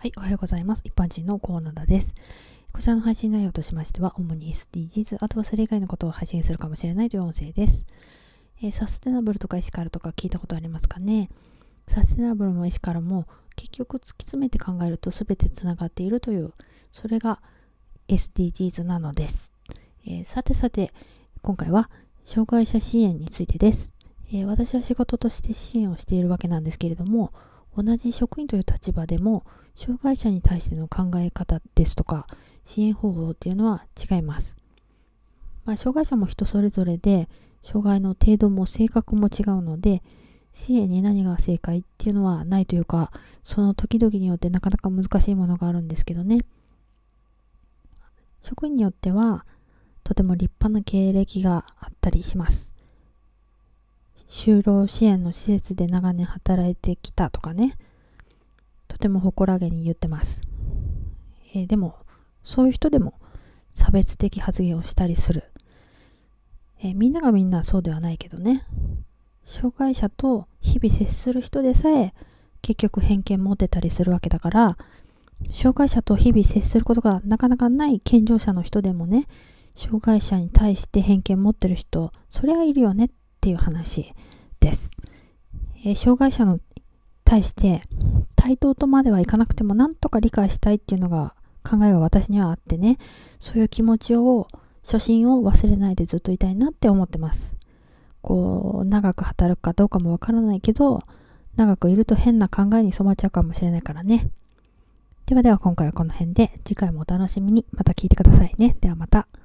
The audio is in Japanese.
はい、おはようございます。一般人のコーナーです。こちらの配信内容としましては、主に SDGs、あとはそれ以外のことを配信するかもしれないという音声です。サステナブルとかエシカルとか聞いたことありますかね。サステナブルもエシカルも結局突き詰めて考えると全てつながっているという、それが SDGs なのです。さて、今回は障害者支援についてです。私は仕事として支援をしているわけなんですけれども、同じ職員という立場でも障害者に対しての考え方ですとか支援方法っていうのは違います。障害者も人それぞれで障害の程度も性格も違うので、支援に何が正解っていうのはないというか、その時々によってなかなか難しいものがあるんですけどね。職員によってはとても立派な経歴があったりします。就労支援の施設で長年働いてきたとかね、とても誇らげに言ってます。でもそういう人でも差別的発言をしたりする。みんながみんなそうではないけどね。障害者と日々接する人でさえ結局偏見持ってたりするわけだから、障害者と日々接することがなかなかない健常者の人でもね、障害者に対して偏見持ってる人、それはいるよねっていう話です。障害者に対して対等とまではいかなくてもなんとか理解したいっていうのが考えが私にはあってね、そういう気持ちを初心を忘れないでずっといたいなって思ってます。長く働くかどうかもわからないけど、長くいると変な考えに染まっちゃうかもしれないからね。では今回はこの辺で、次回もお楽しみに。また聞いてくださいね。ではまた。